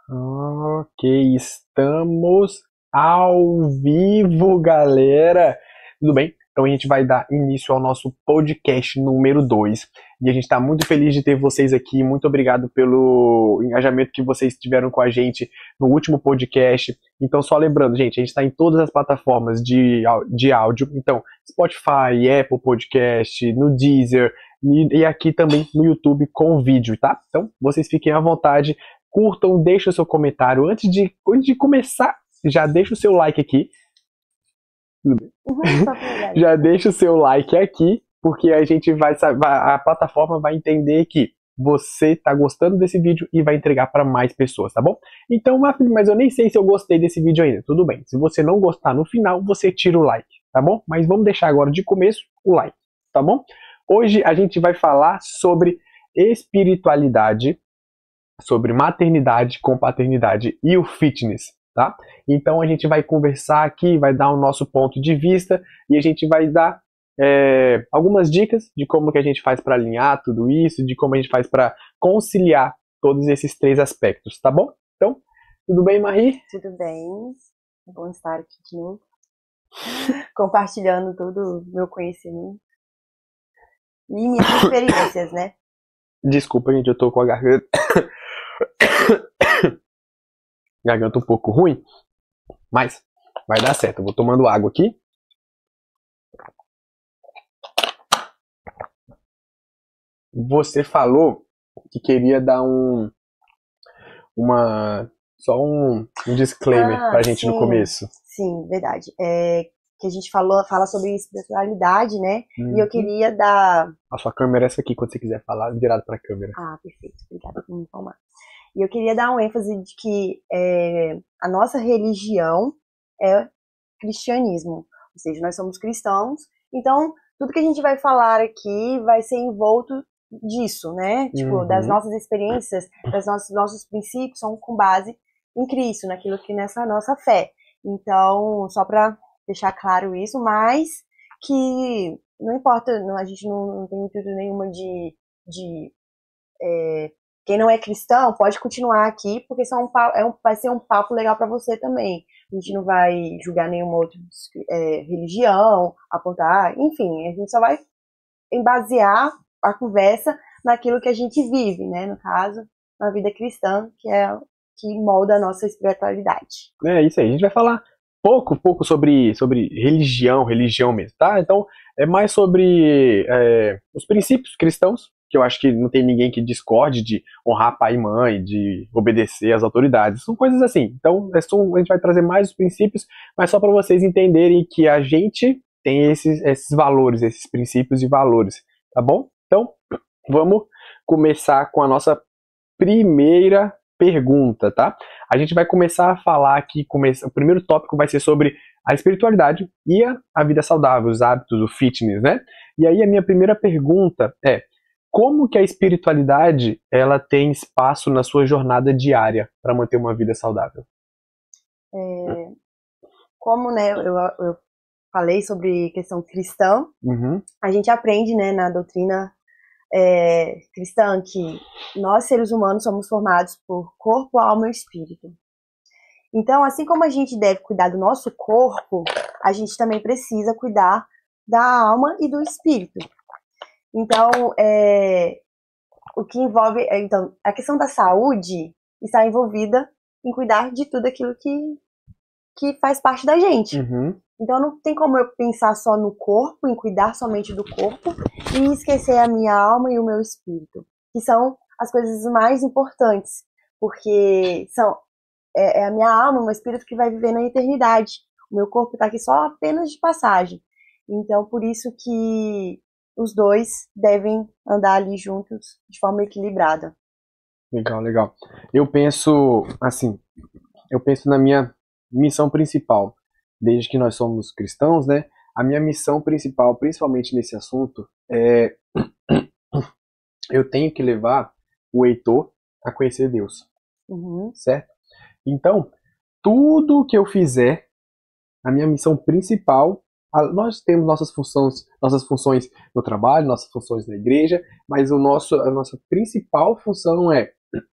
Ok, estamos ao vivo, galera. Tudo bem? Então a gente vai dar início ao nosso podcast número 2. E a gente está muito feliz de ter vocês aqui. Muito obrigado pelo engajamento que vocês tiveram com a gente no último podcast. Então, só lembrando, gente, a gente está em todas as plataformas de áudio. Então, Spotify, Apple Podcast, no Deezer e aqui também no YouTube com vídeo, tá? Então, vocês fiquem à vontade. Curtam, deixem o seu comentário. Antes de começar, já deixa o seu like aqui. Já deixa o seu like aqui, porque a gente a plataforma vai entender que você está gostando desse vídeo e vai entregar para mais pessoas, tá bom? Então, mas eu nem sei se eu gostei desse vídeo ainda. Tudo bem. Se você não gostar no final, você tira o like, tá bom? Mas vamos deixar agora de começo o like, tá bom? Hoje a gente vai falar sobre espiritualidade, sobre maternidade com paternidade e o fitness, tá? Então a gente vai conversar aqui, vai dar o nosso ponto de vista e a gente vai dar algumas dicas de como que a gente faz para alinhar tudo isso, de como a gente faz para conciliar todos esses três aspectos, tá bom? Então, tudo bem, Marie? Tudo bem, é bom estar aqui de novo, compartilhando todo o meu conhecimento e minhas experiências, né? Desculpa, gente, eu tô com a garganta garganta um pouco ruim, mas vai dar certo. Eu vou tomando água aqui. Você falou que queria dar só um disclaimer pra gente sim, no começo. Sim, verdade. Que a gente fala sobre espiritualidade, né? E eu queria dar... A sua câmera é essa aqui, quando você quiser falar, virado pra câmera. Ah, perfeito. Obrigada por me informar. E eu queria dar um ênfase de que a nossa religião é cristianismo. Ou seja, nós somos cristãos. Então, tudo que a gente vai falar aqui vai ser envolto disso, né? Tipo, das nossas experiências, nossos princípios são com base em Cristo, naquilo que nessa nossa fé. Então, só para deixar claro isso, mas que não importa, a gente não tem intuito nenhuma de quem não é cristão pode continuar aqui, porque vai ser um papo legal para você também. A gente não vai julgar nenhuma outra religião, apontar, enfim, a gente só vai basear a conversa naquilo que a gente vive, né? No caso, na vida cristã, que molda a nossa espiritualidade. É isso aí, a gente vai falar pouco sobre religião mesmo, tá? Então, é mais sobre os princípios cristãos, que eu acho que não tem ninguém que discorde de honrar pai e mãe, de obedecer às autoridades, são coisas assim. Então, a gente vai trazer mais os princípios, mas só para vocês entenderem que a gente tem esses valores, esses princípios e valores, tá bom? Então, vamos começar com a nossa primeira pergunta, tá? A gente vai começar a falar aqui, o primeiro tópico vai ser sobre a espiritualidade e a vida saudável, os hábitos, o fitness, né? E aí a minha primeira pergunta é: como que a espiritualidade ela tem espaço na sua jornada diária para manter uma vida saudável? Como, né, eu falei sobre questão cristã, a gente aprende, né, na doutrina cristã que nós, seres humanos, somos formados por corpo, alma e espírito. Então, assim como a gente deve cuidar do nosso corpo, a gente também precisa cuidar da alma e do espírito. Então, o que envolve... Então, a questão da saúde está envolvida em cuidar de tudo aquilo que faz parte da gente. Então, não tem como eu pensar só no corpo, em cuidar somente do corpo, e esquecer a minha alma e o meu espírito, que são as coisas mais importantes, porque é a minha alma, o meu espírito que vai viver na eternidade. O meu corpo está aqui só apenas de passagem. Então, por isso que os dois devem andar ali juntos de forma equilibrada. Legal. Eu penso na minha missão principal. Desde que nós somos cristãos, né? A minha missão principal, principalmente nesse assunto, é eu tenho que levar o Heitor a conhecer Deus, certo? Então, tudo que eu fizer, a minha missão principal, nós temos nossas funções no trabalho, nossas funções na igreja, mas a nossa principal função é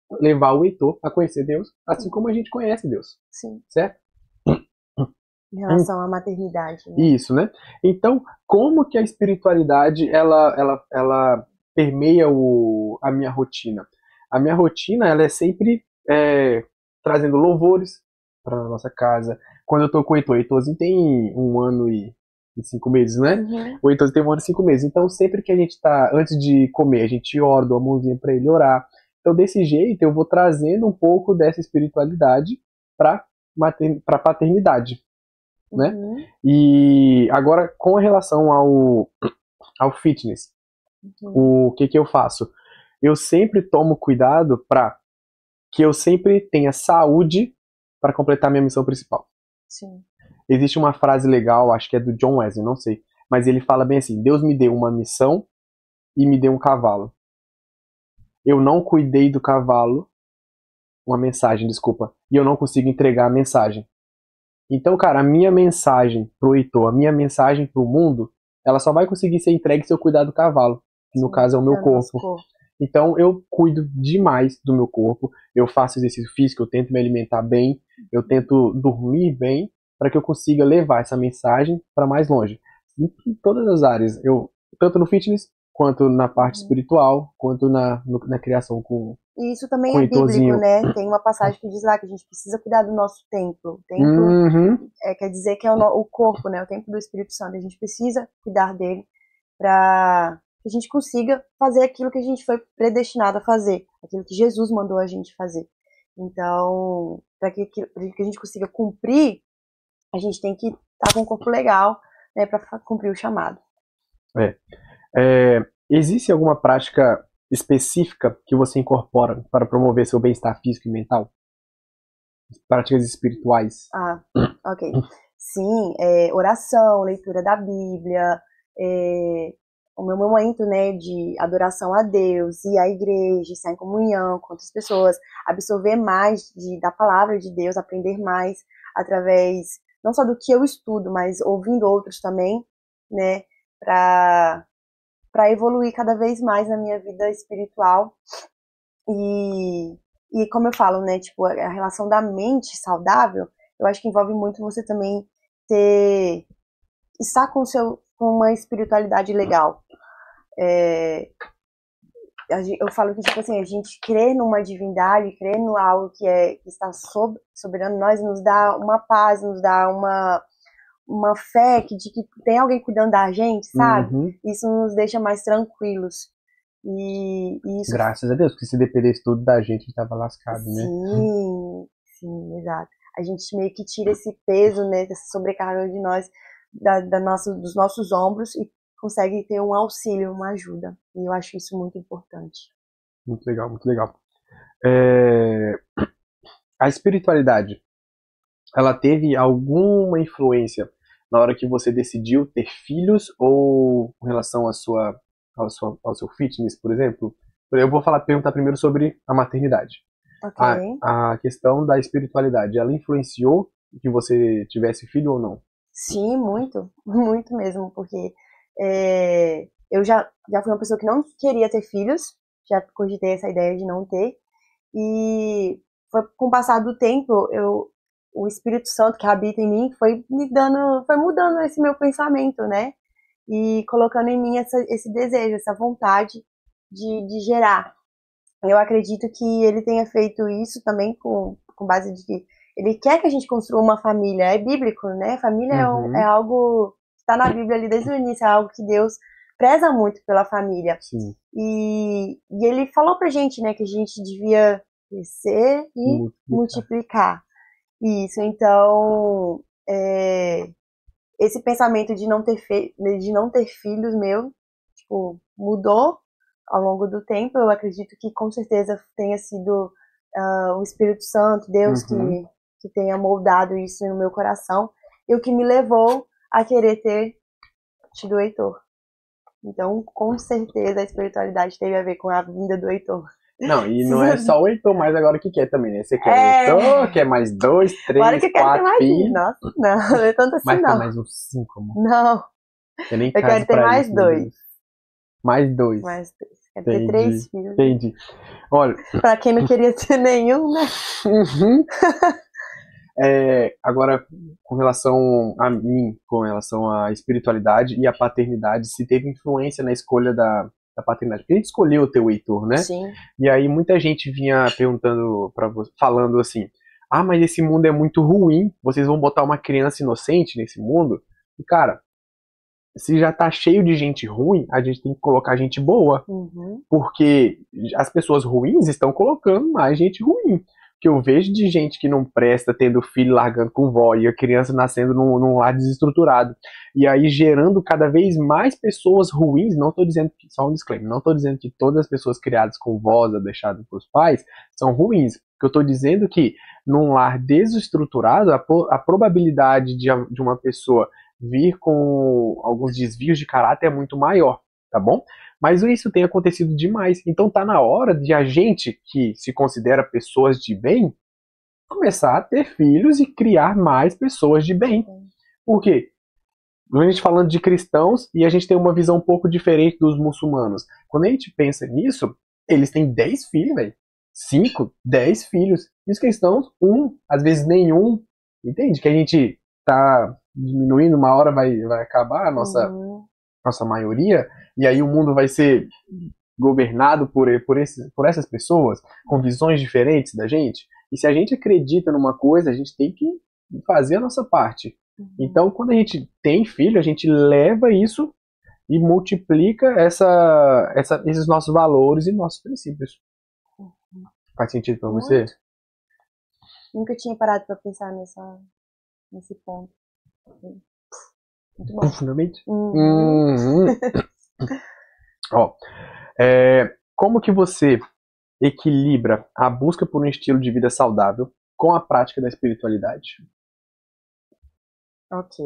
levar o Heitor a conhecer Deus, assim como a gente conhece Deus. Sim. Certo? Em relação à maternidade. Né? Isso, né? Então, como que a espiritualidade, ela permeia a minha rotina? A minha rotina, ela é sempre trazendo louvores para nossa casa. Quando eu tô com o Heitorzinho tem 1 ano e 5 meses, né? Uhum. O Heitorzinho tem 1 ano e 5 meses. Então, sempre que a gente tá, antes de comer, a gente ora, dá uma mãozinha para ele orar. Então, desse jeito, eu vou trazendo um pouco dessa espiritualidade para paternidade. Né? Uhum. E agora, com relação ao fitness, o que eu faço? Eu sempre tomo cuidado para que eu sempre tenha saúde para completar minha missão principal. Sim. Existe uma frase legal, acho que é do John Wesley, não sei, mas ele fala bem assim: Deus me deu uma missão e me deu um cavalo. Eu não cuidei do cavalo, uma mensagem, desculpa, e eu não consigo entregar a mensagem. Então, cara, a minha mensagem pro Heitor, a minha mensagem pro mundo, ela só vai conseguir ser entregue se eu cuidar do cavalo, que no caso é o meu corpo. Então, eu cuido demais do meu corpo, eu faço exercício físico, eu tento me alimentar bem, eu tento dormir bem, para que eu consiga levar essa mensagem para mais longe. Em todas as áreas, tanto no fitness, quanto na parte espiritual, quanto na criação com E isso também é bíblico, né? Tem uma passagem que diz lá que a gente precisa cuidar do nosso templo. O templo quer dizer que é o corpo, né? O templo do Espírito Santo. A gente precisa cuidar dele para que a gente consiga fazer aquilo que a gente foi predestinado a fazer, aquilo que Jesus mandou a gente fazer. Então, para que a gente consiga cumprir, a gente tem que estar com um corpo legal, né, para cumprir o chamado. Existe alguma prática específica que você incorpora para promover seu bem-estar físico e mental? Práticas espirituais? Ok. Sim, oração, leitura da Bíblia, o meu momento, né, de adoração a Deus, ir à igreja, estar em comunhão com outras pessoas, absorver mais da palavra de Deus, aprender mais através, não só do que eu estudo, mas ouvindo outros também, né, para evoluir cada vez mais na minha vida espiritual. E como eu falo, né, tipo, a relação da mente saudável, eu acho que envolve muito você também estar com uma espiritualidade legal. Eu falo que, tipo assim, a gente crer numa divindade, crer no algo que está soberano nós, nos dá uma paz, nos dá uma fé de que tem alguém cuidando da gente, sabe? Isso nos deixa mais tranquilos. E isso... Graças a Deus, porque se dependesse tudo da gente, a gente tava lascado, né? Sim, exato. A gente meio que tira esse peso, né, dessa sobrecarga de nós, dos nossos ombros, e consegue ter um auxílio, uma ajuda. E eu acho isso muito importante. Muito legal, muito legal. A espiritualidade, ela teve alguma influência na hora que você decidiu ter filhos ou em relação ao seu fitness, por exemplo? Eu vou perguntar primeiro sobre a maternidade. Okay. A questão da espiritualidade, ela influenciou que você tivesse filho ou não? Sim, muito, muito mesmo, porque eu já fui uma pessoa que não queria ter filhos, já cogitei essa ideia de não ter, e com o passar do tempo, o Espírito Santo que habita em mim foi mudando esse meu pensamento, né? E colocando em mim esse desejo, essa vontade de gerar. Eu acredito que ele tenha feito isso também com base de que ele quer que a gente construa uma família. É bíblico, né? Família é algo que está na Bíblia ali desde o início, é algo que Deus preza muito pela família. Sim. E ele falou pra gente, né, que a gente devia crescer e multiplicar. Isso, então, esse pensamento de não ter filhos meu, tipo, mudou ao longo do tempo. Eu acredito que com certeza tenha sido o Espírito Santo, Deus, que tenha moldado isso no meu coração, e o que me levou a querer ter tido o Heitor. Então, com certeza, a espiritualidade teve a ver com a vinda do Heitor. Não, e não é só o Heitor, mas agora o que quer também, né? Você quer o Heitor, quer mais 2, 3, 4 filhos. Nossa, não é tanto assim, mas não. Mas mais uns 5, amor. Não. Eu quero ter mais 2. Mais 2. Mais 2. Quero ter 3 filhos. Entendi. Olha. Pra quem não queria ter nenhum, né? Uhum. Agora, com relação a mim, com relação à espiritualidade e à paternidade, se teve influência na escolha da paternidade. Porque a gente escolheu ter o Heitor, né? Sim. E aí muita gente vinha perguntando para você, falando assim: ah, mas esse mundo é muito ruim, vocês vão botar uma criança inocente nesse mundo? E cara, se já tá cheio de gente ruim, a gente tem que colocar gente boa. Uhum. Porque as pessoas ruins estão colocando mais gente ruim. Que eu vejo de gente que não presta, tendo filho largando com vó, e a criança nascendo num lar desestruturado. E aí gerando cada vez mais pessoas ruins. Não tô dizendo que, só um disclaimer, não tô dizendo que todas as pessoas criadas com vós ou deixadas pelos pais são ruins. O que eu tô dizendo é que num lar desestruturado, a probabilidade de uma pessoa vir com alguns desvios de caráter é muito maior, tá bom? Mas isso tem acontecido demais. Então tá na hora de a gente, que se considera pessoas de bem, começar a ter filhos e criar mais pessoas de bem. Por quê? A gente falando de cristãos e a gente tem uma visão um pouco diferente dos muçulmanos. Quando a gente pensa nisso, eles têm 10 filhos, velho. 5, 10 filhos. E os cristãos, 1, às vezes nenhum. Entende? Que a gente tá diminuindo, uma hora vai acabar a nossa maioria, e aí o mundo vai ser governado por essas pessoas, com visões diferentes da gente. E se a gente acredita numa coisa, a gente tem que fazer a nossa parte. Então, quando a gente tem filho, a gente leva isso e multiplica esses nossos valores e nossos princípios. Faz sentido pra você? Nunca tinha parado pra pensar nesse ponto. Muito bom. Profundamente? Ó, como que você equilibra a busca por um estilo de vida saudável com a prática da espiritualidade? Ok.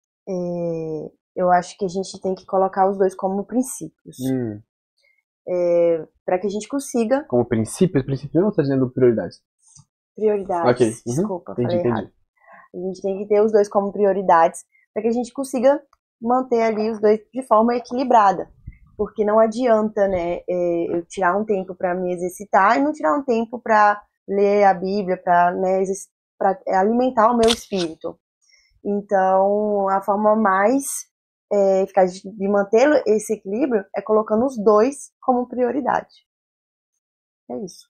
Eu acho que a gente tem que colocar os dois como princípios. Para que a gente consiga... Como princípios? Princípios não está dizendo prioridades? Prioridades. Okay. Desculpa, falei errado. A gente tem que ter os dois como prioridades para que a gente consiga manter ali os dois de forma equilibrada. Porque não adianta, né, eu tirar um tempo para me exercitar e não tirar um tempo para ler a Bíblia, para alimentar o meu espírito. Então, a forma mais eficaz de manter esse equilíbrio é colocando os dois como prioridade. É isso.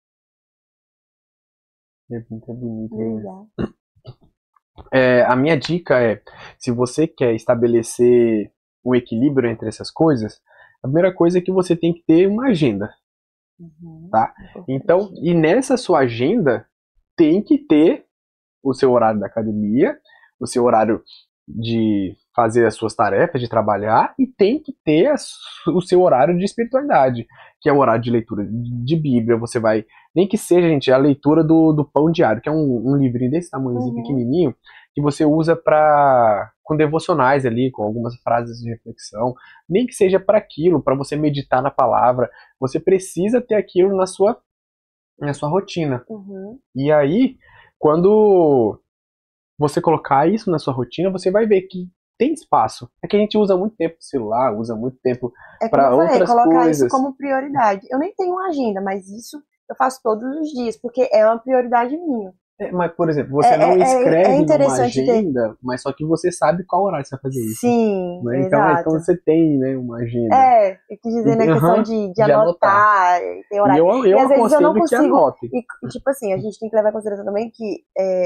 É muito bonito. Obrigada. A minha dica é, se você quer estabelecer um equilíbrio entre essas coisas, a primeira coisa é que você tem que ter uma agenda, tá? Então, e nessa sua agenda tem que ter o seu horário da academia, o seu horário de fazer as suas tarefas, de trabalhar, e tem que ter o seu horário de espiritualidade, que é o horário de leitura de Bíblia. Você vai, nem que seja, gente, a leitura do Pão Diário, que é um livrinho desse tamanhozinho pequenininho, que você usa com devocionais ali, com algumas frases de reflexão, nem que seja para aquilo, para você meditar na palavra. Você precisa ter aquilo na sua rotina. E aí, quando você colocar isso na sua rotina, você vai ver que tem espaço. É que a gente usa muito tempo no celular, usa muito tempo para outras colocar coisas. Isso como prioridade. Eu nem tenho uma agenda, mas isso eu faço todos os dias, porque é uma prioridade minha. Mas, por exemplo, você não escreve numa agenda, mas só que você sabe qual horário você vai fazer isso. Sim, né? exato. Então você tem, né, uma agenda. Eu quis dizer na questão de anotar, ter horário. E às vezes eu não consigo. Que anote. E tipo assim, a gente tem que levar em consideração também que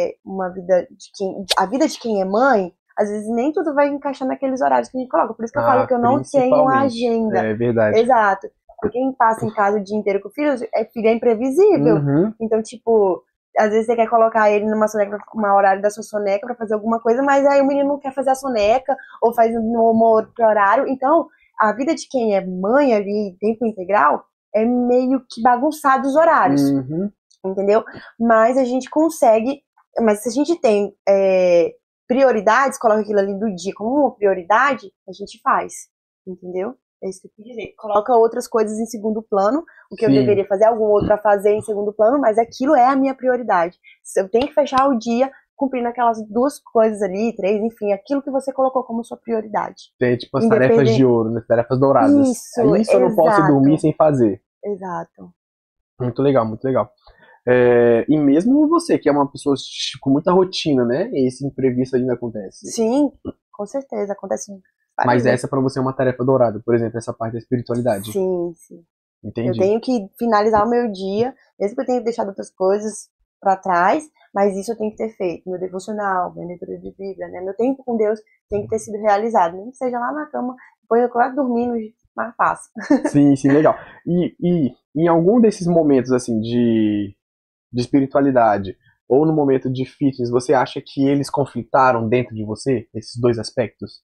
a vida de quem é mãe, às vezes nem tudo vai encaixar naqueles horários que a gente coloca. Por isso que eu falo que eu não tenho agenda. É verdade. Exato. Porque quem passa em casa o dia inteiro com filho é imprevisível. Então, tipo, às vezes você quer colocar ele numa soneca, uma horário da sua soneca pra fazer alguma coisa, mas aí o menino não quer fazer a soneca, ou faz no outro horário. Então, a vida de quem é mãe ali, tempo integral, é meio que bagunçado os horários. Entendeu? Mas a gente consegue, mas se a gente tem prioridades, coloca aquilo ali do dia como uma prioridade, a gente faz. Entendeu? É isso que eu quis dizer. Coloca outras coisas em segundo plano, o que eu deveria fazer, algum outro a fazer em segundo plano, mas aquilo é a minha prioridade. Eu tenho que fechar o dia cumprindo aquelas 2 coisas ali, 3, enfim, aquilo que você colocou como sua prioridade. Tem tipo as tarefas de ouro, né? Tarefas douradas. Isso eu não posso dormir sem fazer. Exato. Muito legal, muito legal. E mesmo você, que é uma pessoa com muita rotina, né? Esse imprevisto ainda acontece. Sim, com certeza, acontece. Mas essa pra você é uma tarefa dourada, por exemplo, essa parte da espiritualidade. Sim, sim. Entendi. Eu tenho que finalizar o meu dia, mesmo que eu tenha deixado outras coisas pra trás, mas isso eu tenho que ter feito. Meu devocional, minha leitura de Bíblia, né? Meu tempo com Deus tem que ter sido realizado. Nem que seja lá na cama, depois eu quase dormindo, mais fácil. Sim, sim, legal. E em algum desses momentos, assim, de espiritualidade, ou no momento de fitness, você acha que eles conflitaram dentro de você, esses 2 aspectos?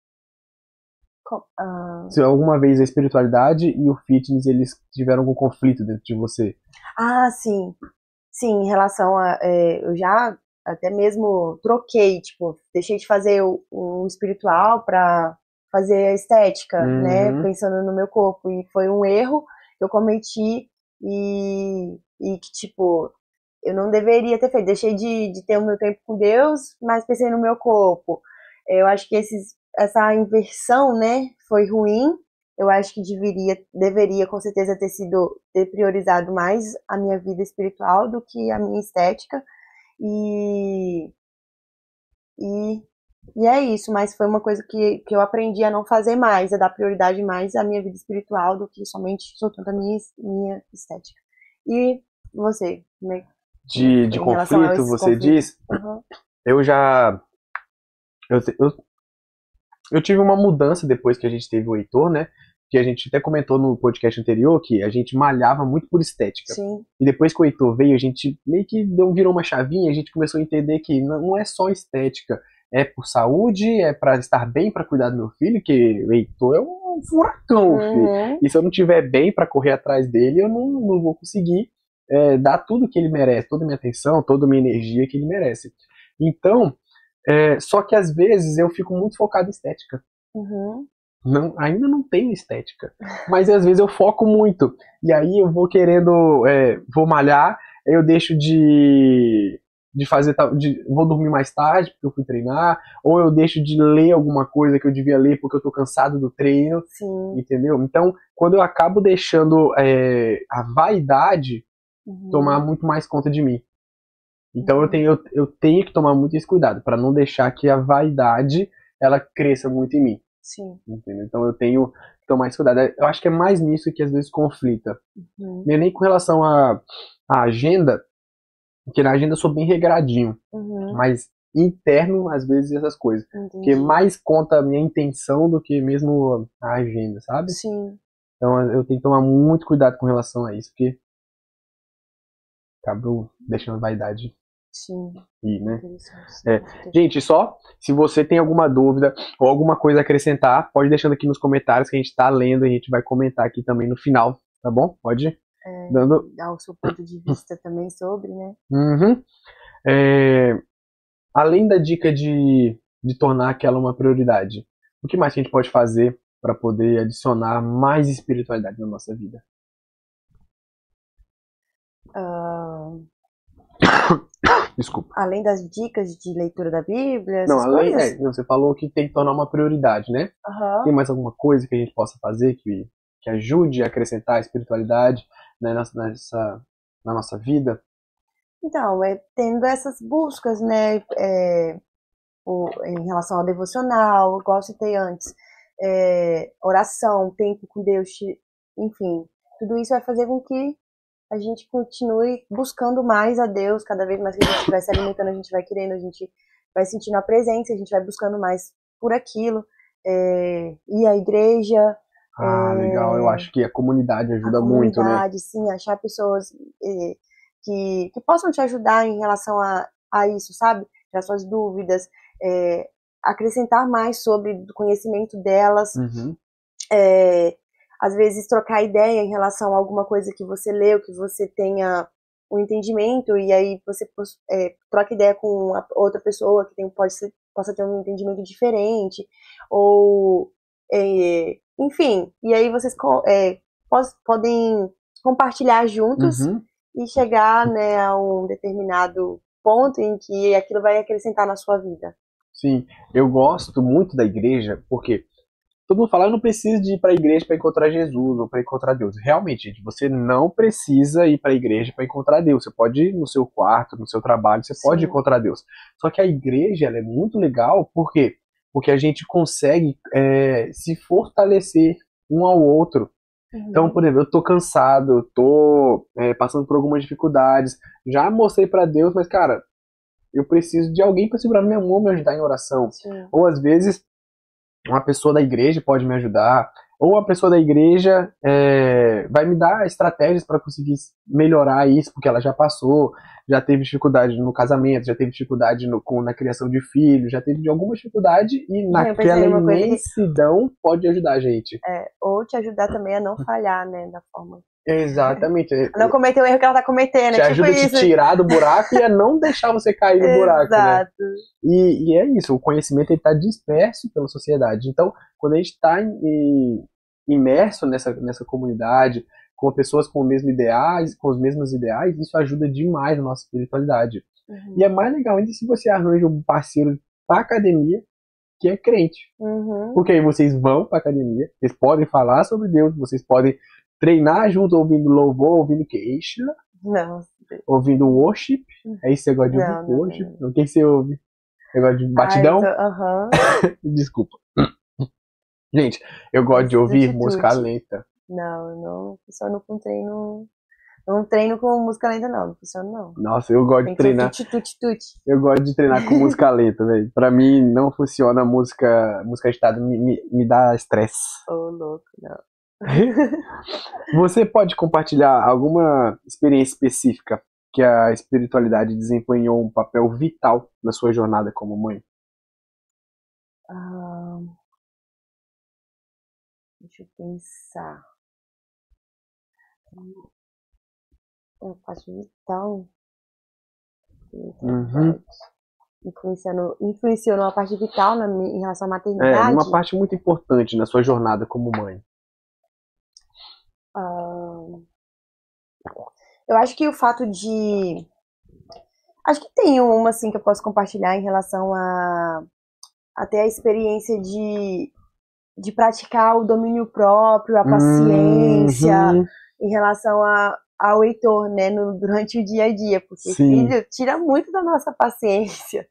Se alguma vez a espiritualidade e o fitness, eles tiveram algum conflito dentro de você? Ah, sim. Sim, em relação a... eu já até mesmo troquei, tipo, deixei de fazer o espiritual pra fazer a estética, né? Pensando no meu corpo. E foi um erro que eu cometi e que, tipo, eu não deveria ter feito. Deixei de ter o meu tempo com Deus, mas pensei no meu corpo. Eu acho que essa inversão, né, foi ruim. Eu acho que deveria com certeza ter priorizado mais a minha vida espiritual do que a minha estética. E é isso, mas foi uma coisa que eu aprendi a não fazer mais, a dar prioridade mais à minha vida espiritual do que somente soltando a minha estética. E você? De conflito, você diz? Uhum. Eu tive uma mudança depois que a gente teve o Heitor, né? Que a gente até comentou no podcast anterior que a gente malhava muito por estética. Sim. E depois que o Heitor veio, a gente meio que virou uma chavinha, a gente começou a entender que não é só estética, é por saúde, é para estar bem, para cuidar do meu filho, que o Heitor é um furacão, filho. E se eu não estiver bem para correr atrás dele, eu não vou conseguir dar tudo que ele merece, toda a minha atenção, toda a minha energia que ele merece. Então, só que às vezes eu fico muito focado em estética. Ainda não tenho estética, mas às vezes eu foco muito, e aí eu vou querendo, vou malhar, aí eu deixo de fazer, vou dormir mais tarde porque eu fui treinar, ou eu deixo de ler alguma coisa que eu devia ler porque eu tô cansado do treino. Sim. Entendeu? Então, quando eu acabo deixando a vaidade tomar muito mais conta de mim, então eu tenho que tomar muito esse cuidado para não deixar que a vaidade ela cresça muito em mim. Sim. Entendeu? Então eu tenho que tomar esse cuidado. Eu acho que é mais nisso que às vezes conflita. Não é nem com relação à agenda, porque na agenda eu sou bem regradinho, mas interno, às vezes, essas coisas. Entendi. Porque mais conta a minha intenção do que mesmo a agenda, sabe? Sim. Então eu tenho que tomar muito cuidado com relação a isso, porque acabo deixando a vaidade. Sim. E, né? Gente, só se você tem alguma dúvida ou alguma coisa a acrescentar, pode deixando aqui nos comentários que a gente tá lendo e a gente vai comentar aqui também no final, tá bom? Pode ir dar o seu ponto de vista também sobre, né? Além da dica de tornar aquela uma prioridade, o que mais que a gente pode fazer para poder adicionar mais espiritualidade na nossa vida? Desculpa. Além das dicas de leitura da Bíblia, não, você falou que tem que tornar uma prioridade, né? Tem mais alguma coisa que a gente possa fazer que ajude a acrescentar a espiritualidade, né, na nossa vida? Então, tendo essas buscas, né, em relação ao devocional, igual eu citei antes, oração, tempo com Deus, enfim, tudo isso vai fazer com que a gente continue buscando mais a Deus, cada vez mais que a gente vai se alimentando, a gente vai querendo, a gente vai sentindo a presença, a gente vai buscando mais por aquilo, ir à igreja. Legal, eu acho que a comunidade ajuda muito, né? A comunidade, sim, achar pessoas que possam te ajudar em relação a isso, sabe? Tirar suas dúvidas, acrescentar mais sobre o conhecimento delas, às vezes trocar ideia em relação a alguma coisa que você leu, que você tenha um entendimento, e aí você troca ideia com outra pessoa que possa ter um entendimento diferente, ou enfim, e aí vocês podem compartilhar juntos e chegar, né, a um determinado ponto em que aquilo vai acrescentar na sua vida. Sim, eu gosto muito da igreja, porque todo mundo fala, eu não preciso de ir para a igreja para encontrar Jesus ou para encontrar Deus. Realmente, gente, você não precisa ir para a igreja para encontrar Deus. Você pode ir no seu quarto, no seu trabalho, você pode encontrar Deus. Só que a igreja, ela é muito legal, por quê? Porque a gente consegue se fortalecer um ao outro. Então, por exemplo, eu tô cansado, eu tô passando por algumas dificuldades, já mostrei para Deus, mas, cara, eu preciso de alguém para segurar minha mão, me ajudar em oração. Sim. Ou às vezes uma pessoa da igreja pode me ajudar, ou a pessoa da igreja vai me dar estratégias para conseguir melhorar isso, porque ela já passou, já teve dificuldade no casamento, já teve dificuldade na criação de filhos, já teve alguma dificuldade e naquela imensidão pode ajudar a gente. Ou te ajudar também a não falhar, né, da forma. Exatamente. Não cometer o erro que ela tá cometendo. Te ajuda a te tirar do buraco e a não deixar você cair no buraco, Exato. né? E é isso, o conhecimento está disperso pela sociedade. Então, quando a gente está imerso nessa comunidade, com pessoas com os mesmos ideais, isso ajuda demais na nossa espiritualidade. Uhum. E é mais legal ainda se você arranja um parceiro para academia que é crente. Uhum. Porque aí vocês vão para academia, vocês podem falar sobre Deus, vocês podem treinar junto, ouvindo louvor, ouvindo queixa, ouvindo worship. É isso que você gosta de ouvir? Worship? O que você ouve? Você gosta de batidão? Desculpa. Gente, eu gosto de ouvir música lenta. Não funciona com treino. Não treino com música lenta, não funciona, não. Nossa, eu gosto de treinar. Eu gosto de treinar com música lenta, velho. Pra mim, não funciona música agitada, me dá estresse. Ô, louco, não. Você pode compartilhar alguma experiência específica que a espiritualidade desempenhou um papel vital na sua jornada como mãe? Deixa eu pensar. Uma parte vital. Uhum. Influenciou numa parte vital em relação à maternidade? Uma parte muito importante na sua jornada como mãe. Eu acho que o fato de... Acho que tem uma, assim, que eu posso compartilhar em relação até a experiência de praticar o domínio próprio, a paciência, em relação ao Heitor, né, durante o dia a dia, porque filho tira muito da nossa paciência.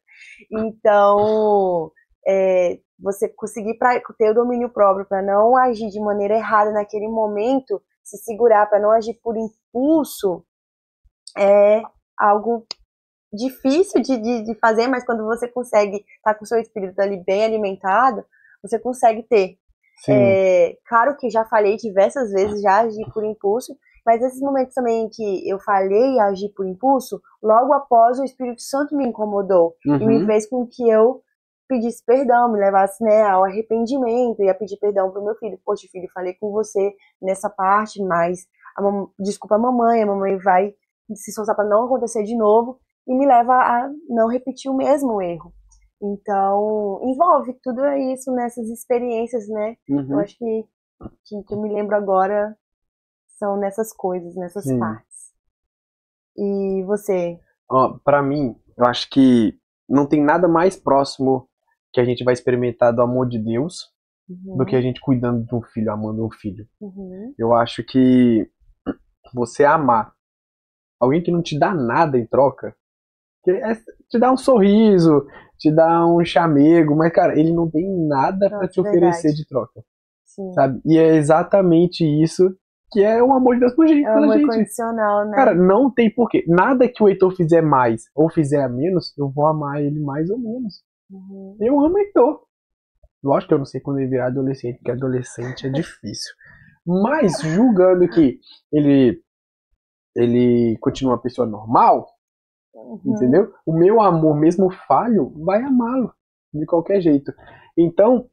Então, você conseguir ter o domínio próprio para não agir de maneira errada naquele momento, se segurar para não agir por impulso, é algo difícil de fazer, mas quando você consegue estar com o seu espírito ali bem alimentado, você consegue ter. Claro que já falhei diversas vezes, já agi por impulso, mas esses momentos também que eu falhei e agi por impulso, logo após o Espírito Santo me incomodou e me fez com que eu pedisse perdão, me levasse, né, ao arrependimento, ia pedir perdão pro meu filho. Poxa, filho, falei com você nessa parte, mas desculpa a mamãe vai se esforçar para não acontecer de novo e me leva a não repetir o mesmo erro. Então, envolve tudo isso nessas experiências, né? Eu acho que eu me lembro agora são nessas coisas, nessas partes. E você? Pra mim, eu acho que não tem nada mais próximo que a gente vai experimentar do amor de Deus do que a gente cuidando de um filho, amando um filho. Eu acho que você amar alguém que não te dá nada em troca, te dá um sorriso, te dá um chamego, mas, cara, ele não tem nada pra te oferecer de troca. Sabe? E é exatamente isso que é o amor de Deus pela gente. É o amor incondicional, né? Cara, não tem porquê. Nada que o Heitor fizer mais ou fizer a menos, eu vou amar ele mais ou menos. Eu amo o Heitor. Lógico que eu não sei quando ele virar adolescente, porque adolescente é difícil. Mas, julgando que ele continua uma pessoa normal, entendeu? O meu amor, mesmo falho, vai amá-lo de qualquer jeito. Então,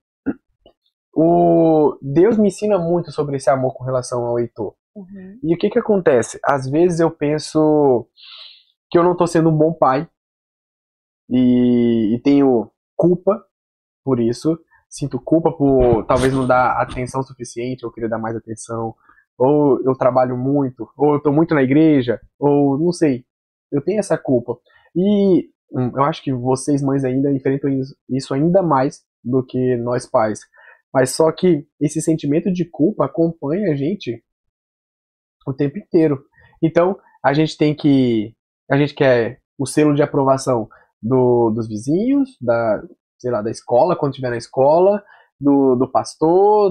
Deus me ensina muito sobre esse amor com relação ao Heitor. E o que acontece? Às vezes eu penso que eu não estou sendo um bom pai e tenho culpa por isso. Sinto culpa por talvez não dar atenção suficiente, eu queria dar mais atenção, ou eu trabalho muito, ou eu estou muito na igreja, ou não sei. Eu tenho essa culpa. E eu acho que vocês mães ainda enfrentam isso ainda mais do que nós pais. Mas só que esse sentimento de culpa acompanha a gente o tempo inteiro. Então, a gente quer o selo de aprovação dos vizinhos, sei lá, da escola, quando estiver na escola, do pastor,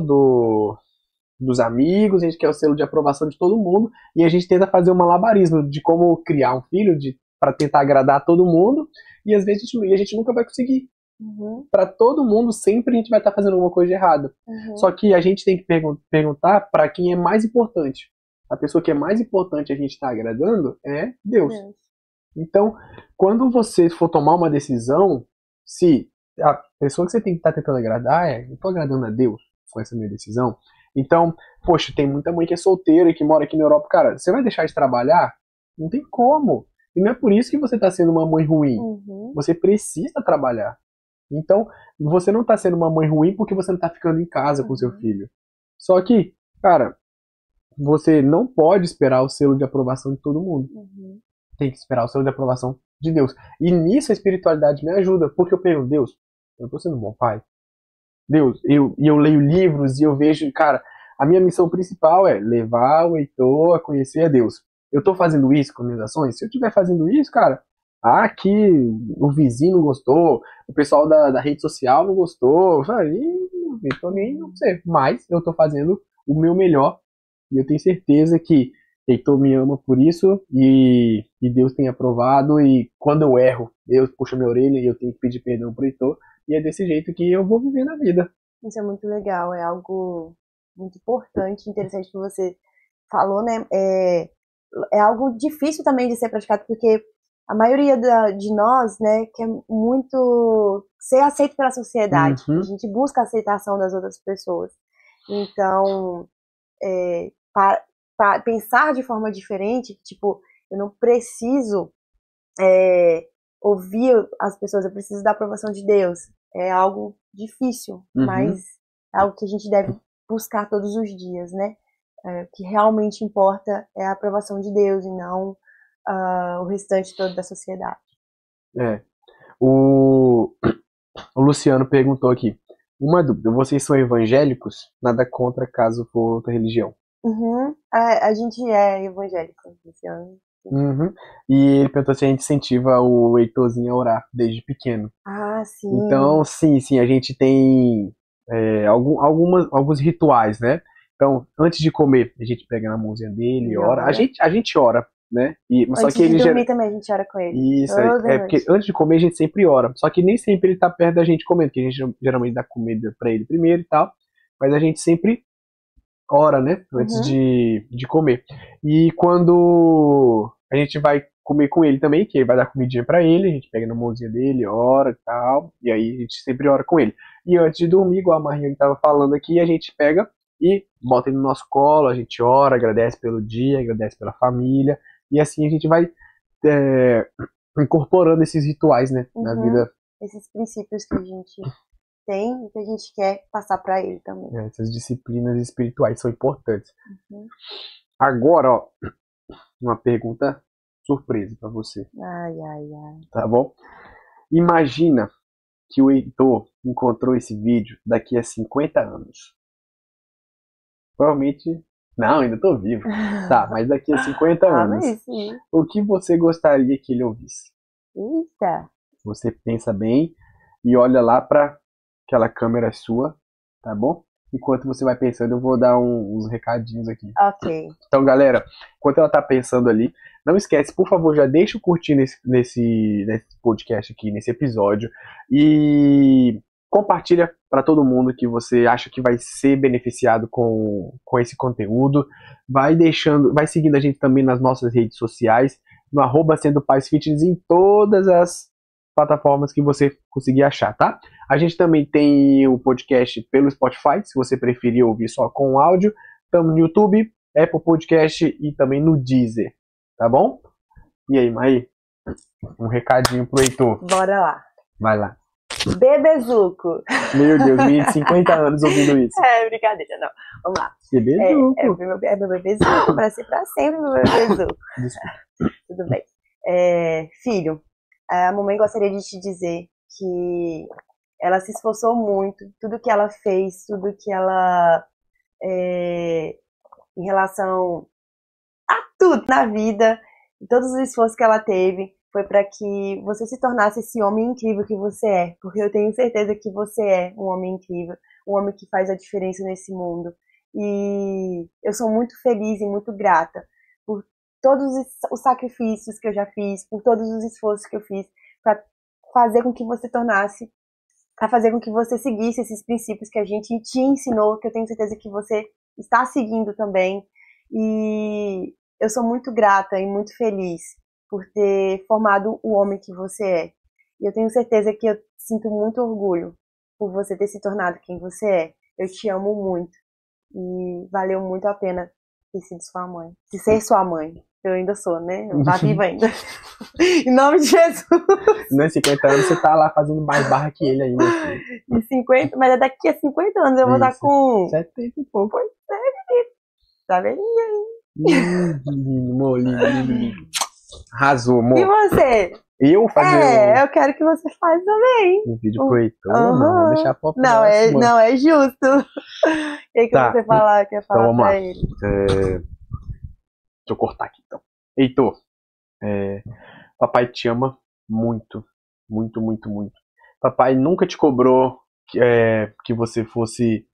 dos amigos, a gente quer o selo de aprovação de todo mundo, e a gente tenta fazer um malabarismo de como criar um filho para tentar agradar todo mundo, e às vezes a gente nunca vai conseguir. Uhum. Para todo mundo, sempre a gente vai estar fazendo alguma coisa de errada. Uhum. Só que a gente tem que perguntar para quem é mais importante. A pessoa que é mais importante a gente está agradando é Deus. Então, quando você for tomar uma decisão, se a pessoa que você tem que estar tentando agradar eu estou agradando a Deus com essa minha decisão. Então, poxa, tem muita mãe que é solteira e que mora aqui na Europa. Cara, você vai deixar de trabalhar? Não tem como. E não é por isso que você está sendo uma mãe ruim. Uhum. Você precisa trabalhar. Então, você não está sendo uma mãe ruim porque você não está ficando em casa com seu filho. Só que, cara, você não pode esperar o selo de aprovação de todo mundo. Uhum. Tem que esperar o selo de aprovação de Deus. E nisso a espiritualidade me ajuda, porque eu pergunto, Deus, eu estou sendo um bom pai? Deus, eu leio livros e eu vejo, cara, a minha missão principal é levar o Heitor a conhecer a Deus. Eu estou fazendo isso com minhas ações? Se eu estiver fazendo isso, cara, aqui o vizinho não gostou, o pessoal da rede social não gostou, então nem não sei, mas eu estou fazendo o meu melhor e eu tenho certeza que Heitor me ama por isso e Deus tem aprovado, e quando eu erro, Deus puxa minha orelha e eu tenho que pedir perdão pro Heitor, e é desse jeito que eu vou viver na vida. Isso é muito legal, é algo muito importante, interessante que você falou, né? É algo difícil também de ser praticado, porque a maioria de nós, né, quer muito ser aceito pela sociedade. Uhum. A gente busca a aceitação das outras pessoas. Então, pensar de forma diferente, tipo, eu não preciso ouvir as pessoas, eu preciso da aprovação de Deus. É algo difícil, mas é algo que a gente deve buscar todos os dias, né? O que realmente importa é a aprovação de Deus e não o restante todo da sociedade. O Luciano perguntou aqui, uma dúvida, vocês são evangélicos? Nada contra caso for outra religião. A gente é evangélico, Luciano. E ele perguntou se a gente incentiva o Heitorzinho a orar desde pequeno. Ah, sim. Então, sim, a gente tem alguns rituais, né? Então, antes de comer, a gente pega na mãozinha dele e ora. A gente ora, né? Só que ele dormir também a gente ora com ele. Isso, porque antes de comer a gente sempre ora. Só que nem sempre ele tá perto da gente comendo, porque a gente geralmente dá comida pra ele primeiro e tal. Mas a gente sempre ora, né? Antes de comer. E quando a gente vai comer com ele também, que ele vai dar comidinha pra ele, a gente pega na mãozinha dele, ora e tal. E aí a gente sempre ora com ele. E antes de dormir, igual a Marinha tava falando aqui, a gente pega e bota ele no nosso colo, a gente ora, agradece pelo dia, agradece pela família. E assim a gente vai incorporando esses rituais, né, na vida. Esses princípios que a gente tem e que a gente quer passar para ele também. Essas disciplinas espirituais são importantes. Agora, ó, uma pergunta surpresa para você. Ai. Tá bom? Imagina que o Heitor encontrou esse vídeo daqui a 50 anos. Provavelmente... Não, ainda tô vivo. Tá, mas daqui a 50 anos. Sim. O que você gostaria que ele ouvisse? Eita! Você pensa bem e olha lá para aquela câmera sua, tá bom? Enquanto você vai pensando, eu vou dar uns recadinhos aqui. Ok. Então, galera, enquanto ela tá pensando ali, não esquece, por favor, já deixa o curtir nesse podcast aqui, nesse episódio. E compartilha para todo mundo que você acha que vai ser beneficiado com esse conteúdo. Vai seguindo a gente também nas nossas redes sociais, no @SendoPaisFitness, em todas as plataformas que você conseguir achar, tá? A gente também tem o podcast pelo Spotify, se você preferir ouvir só com áudio. Estamos no YouTube, Apple Podcast e também no Deezer, tá bom? E aí, Maí? Um recadinho pro Heitor. Bora lá. Vai lá. Bebezuco. Meu Deus, menino de 50 anos ouvindo isso. Brincadeira, não. Vamos lá. Bebezuco. É meu bebezuco, pra ser pra sempre meu bebezuco. Tudo bem. Filho, A mamãe gostaria de te dizer que ela se esforçou muito, tudo que ela fez, tudo que ela, em relação a tudo na vida, todos os esforços que ela teve, foi para que você se tornasse esse homem incrível que você é, porque eu tenho certeza que você é um homem incrível, um homem que faz a diferença nesse mundo. E eu sou muito feliz e muito grata por todos os sacrifícios que eu já fiz, por todos os esforços que eu fiz para fazer com que você tornasse, para fazer com que você seguisse esses princípios que a gente te ensinou, que eu tenho certeza que você está seguindo também. E eu sou muito grata e muito feliz por ter formado o homem que você é. E eu tenho certeza que eu sinto muito orgulho por você ter se tornado quem você é. Eu te amo muito. E valeu muito a pena ter sido sua mãe. De ser sua mãe. Eu ainda sou, né? Eu tá viva ainda. Em nome de Jesus. Nos 50 anos você tá lá fazendo mais barra que ele ainda. Em 50, mas daqui a 50 anos eu vou estar com 70 e pouco. Pois é, tá velhinha, hein? Lindo. Arrasou, amor. E você? Eu fazer eu quero que você faça também. um vídeo pro Heitor? Não, vou deixar pra próxima. Não, é justo. O que tá. você quer falar então, pra ele? Deixa eu cortar aqui, então. Heitor, papai te ama muito, muito, muito, muito. Papai nunca te cobrou que você fosse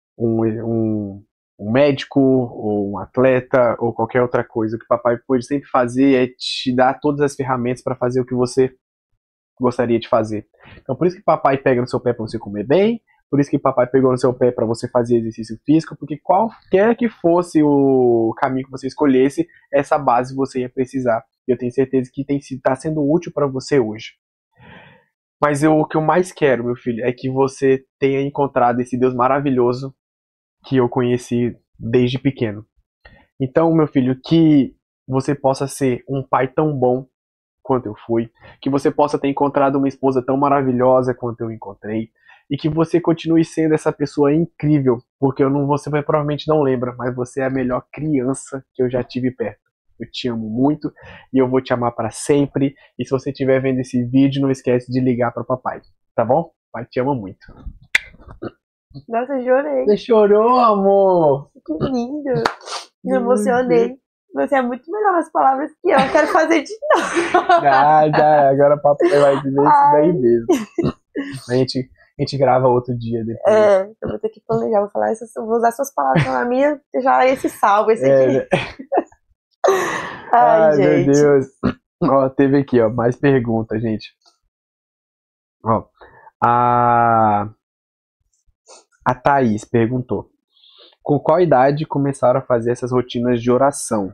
um médico, ou um atleta, ou qualquer outra coisa. O que papai pode sempre fazer é te dar todas as ferramentas para fazer o que você gostaria de fazer. Então, por isso que papai pega no seu pé para você comer bem, por isso que papai pegou no seu pé para você fazer exercício físico, porque qualquer que fosse o caminho que você escolhesse, essa base você ia precisar. E eu tenho certeza que está sendo útil para você hoje. Mas o que eu mais quero, meu filho, é que você tenha encontrado esse Deus maravilhoso que eu conheci desde pequeno. Então, meu filho, que você possa ser um pai tão bom quanto eu fui, que você possa ter encontrado uma esposa tão maravilhosa quanto eu encontrei, e que você continue sendo essa pessoa incrível, porque você provavelmente não lembra, mas você é a melhor criança que eu já tive perto. Eu te amo muito e eu vou te amar para sempre. E se você estiver vendo esse vídeo, não esquece de ligar para o papai, tá bom? Pai te ama muito. Nossa, eu chorei. Você chorou, amor? Que lindo. Me emocionei. Você é muito melhor nas palavras que eu. Quero fazer de novo. Já. Agora o papai vai dizer isso daí mesmo. A gente grava outro dia depois. Eu vou ter que planejar. Vou usar suas palavras na minha. Já esse salvo, esse aqui. Ai, gente. Meu Deus. Ó, teve aqui, ó, mais perguntas, gente. Ó, a Thaís perguntou: com qual idade começaram a fazer essas rotinas de oração?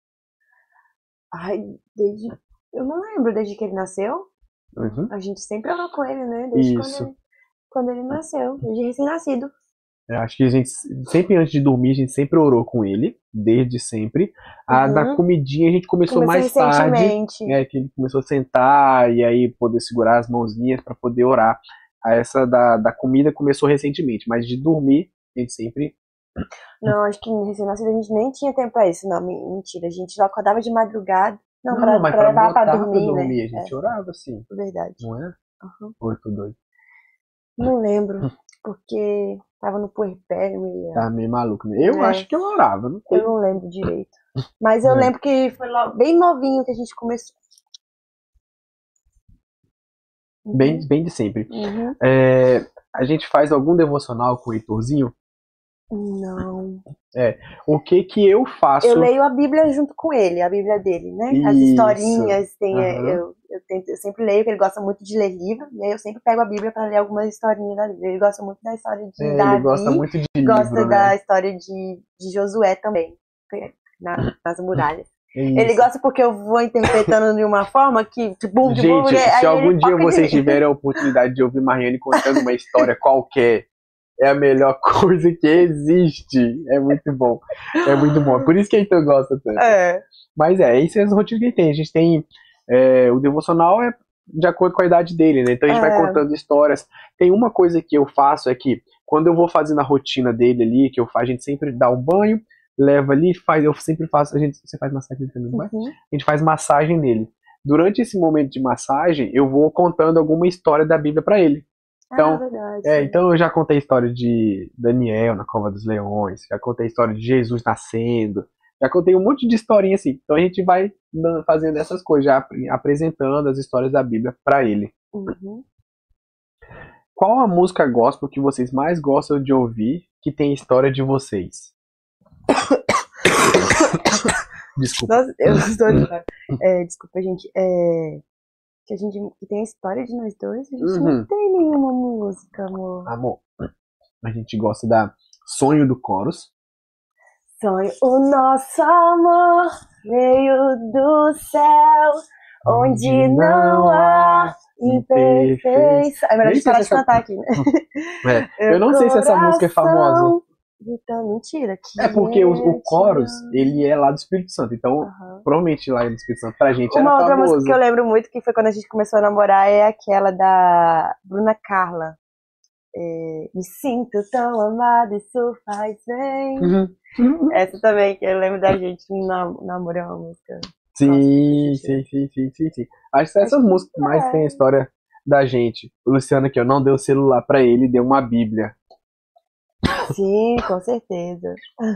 Ai, eu não lembro, desde que ele nasceu. Uhum. A gente sempre orou com ele, né? Desde quando ele nasceu, desde recém-nascido. Eu acho que a gente sempre, antes de dormir, a gente sempre orou com ele, desde sempre. Da comidinha a gente começou mais tarde. Que ele começou a sentar e aí poder segurar as mãozinhas para poder orar. Essa da comida começou recentemente, mas de dormir a gente sempre... Não, acho que recém-nascido a gente nem tinha tempo pra isso. Não, mentira, a gente já acordava de madrugada. Não, mas pra levar pra dormir, né? A gente orava, sim. Verdade. Não é? Uhum. Ou eu tô doido? Não lembro, porque tava no puerpério. Tá meio maluco, né? Eu acho que eu orava, não sei. Eu não lembro direito. Mas eu lembro que foi bem novinho que a gente começou. Bem de sempre. Uhum. A gente faz algum devocional com o Heitorzinho? Não. O que eu faço? Eu leio a Bíblia junto com ele, a Bíblia dele, né? As historinhas, eu sempre leio, porque ele gosta muito de ler livro, e aí eu sempre pego a Bíblia para ler algumas historinhas da Bíblia. Ele gosta muito da história de Davi, ele gosta muito de gosta livro, da né? história de Josué também, nas muralhas. Ele gosta porque eu vou interpretando de uma forma que... Gente, se algum dia vocês tiverem a oportunidade de ouvir Mariane contando uma história qualquer, é a melhor coisa que existe. É muito bom. É muito bom. Por isso que a gente gosta tanto. Mas isso é as rotinas que a gente tem. A gente tem... o devocional é de acordo com a idade dele, né? Então a gente vai contando histórias. Tem uma coisa que eu faço, é que quando eu vou fazendo a rotina dele ali, a gente sempre dá um banho, leva ali, eu sempre faço... Você faz massagem também, não é? A gente faz massagem nele. durante esse momento de massagem, eu vou contando alguma história da Bíblia para ele. Então, verdade. Então eu já contei a história de Daniel na Cova dos Leões, já contei a história de Jesus nascendo, já contei um monte de historinha assim. Então a gente vai fazendo essas coisas, já apresentando as histórias da Bíblia para ele. Uhum. Qual a música gospel que vocês mais gostam de ouvir que tem história de vocês? Desculpa. Nossa, eu estou desculpa, gente. Que tem a história de nós dois, a gente não tem nenhuma música, amor. Amor, a gente gosta da Sonho do Chorus. Sonho, o nosso amor veio do céu, onde não há imperfeição. É melhor a gente parar de cantar aqui, né? Eu não sei se essa música é famosa. Então, mentira. Porque o Chorus, ele é lá do Espírito Santo. Então, provavelmente lá do Espírito Santo, pra gente era famoso. Uma outra música que eu lembro muito, que foi quando a gente começou a namorar, é aquela da Bruna Carla. Me sinto tão amada, isso faz bem. Essa também, que eu lembro da gente namorando uma música. Sim. Acho que essas músicas mais tem a história da gente. O Luciano aqui, não deu celular pra ele, deu uma Bíblia. Sim, com certeza.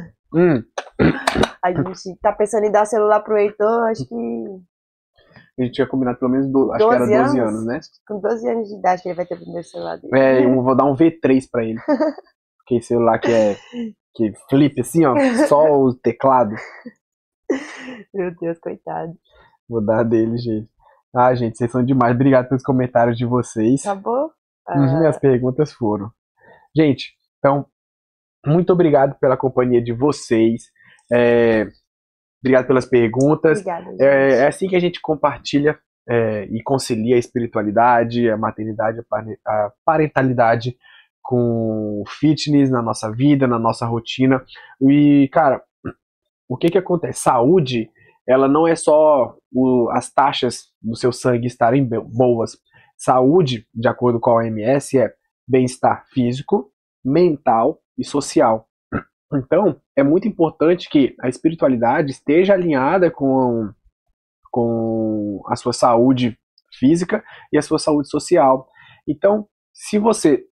A gente tá pensando em dar celular pro Heitor, acho que... A gente tinha combinado pelo menos, acho que era 12 anos, né? Com 12 anos de idade que ele vai ter o primeiro celular dele. Eu vou dar um V3 pra ele. Aquele celular que flip assim, ó, só o teclado. Meu Deus, coitado. Vou dar dele, gente. Gente, vocês são demais. Obrigado pelos comentários de vocês. Acabou? Minhas perguntas foram. Gente, então, muito obrigado pela companhia de vocês. Obrigado pelas perguntas. Obrigada, É assim que a gente compartilha e concilia a espiritualidade, a maternidade, a parentalidade com fitness na nossa vida, na nossa rotina. E, cara, o que acontece? Saúde, ela não é só as taxas do seu sangue estarem boas. Saúde, de acordo com a OMS, é bem-estar físico, mental e social. Então, é muito importante que a espiritualidade esteja alinhada com a sua saúde física e a sua saúde social. Então, se você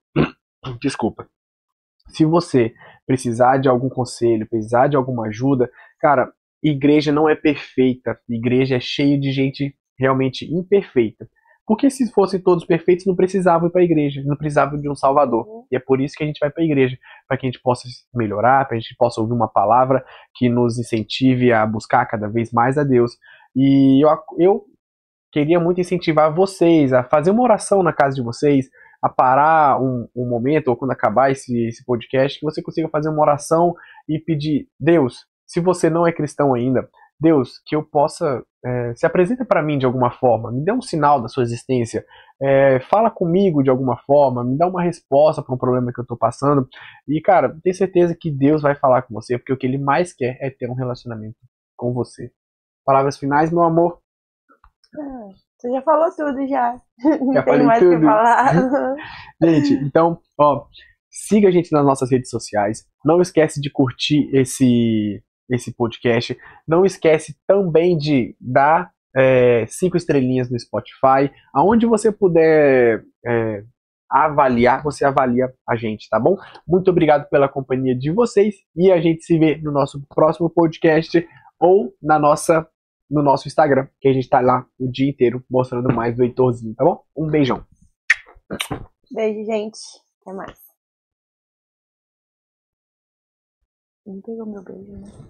precisar de algum conselho, precisar de alguma ajuda, cara, igreja não é perfeita, igreja é cheia de gente realmente imperfeita. Porque se fossem todos perfeitos, não precisavam ir para a igreja, não precisavam de um salvador. E é por isso que a gente vai para a igreja, para que a gente possa melhorar, para que a gente possa ouvir uma palavra que nos incentive a buscar cada vez mais a Deus. E eu queria muito incentivar vocês a fazer uma oração na casa de vocês, a parar um momento, ou quando acabar esse podcast, que você consiga fazer uma oração e pedir: Deus, se você não é cristão ainda, Deus, que eu possa, se apresenta para mim de alguma forma, me dê um sinal da sua existência, fala comigo de alguma forma, me dá uma resposta para um problema que eu estou passando. E, cara, tenho certeza que Deus vai falar com você, porque o que Ele mais quer é ter um relacionamento com você. Palavras finais, meu amor? Você já falou tudo, já. Já tem mais o que falar. Gente, então, siga a gente nas nossas redes sociais. Não esquece de curtir esse podcast. Não esquece também de dar 5 estrelinhas no Spotify. Aonde você puder avaliar, você avalia a gente, tá bom? Muito obrigado pela companhia de vocês e a gente se vê no nosso próximo podcast ou no nosso Instagram, que a gente tá lá o dia inteiro mostrando mais do Heitorzinho, tá bom? Um beijão. Beijo, gente. Até mais. Não pegou meu beijo, né?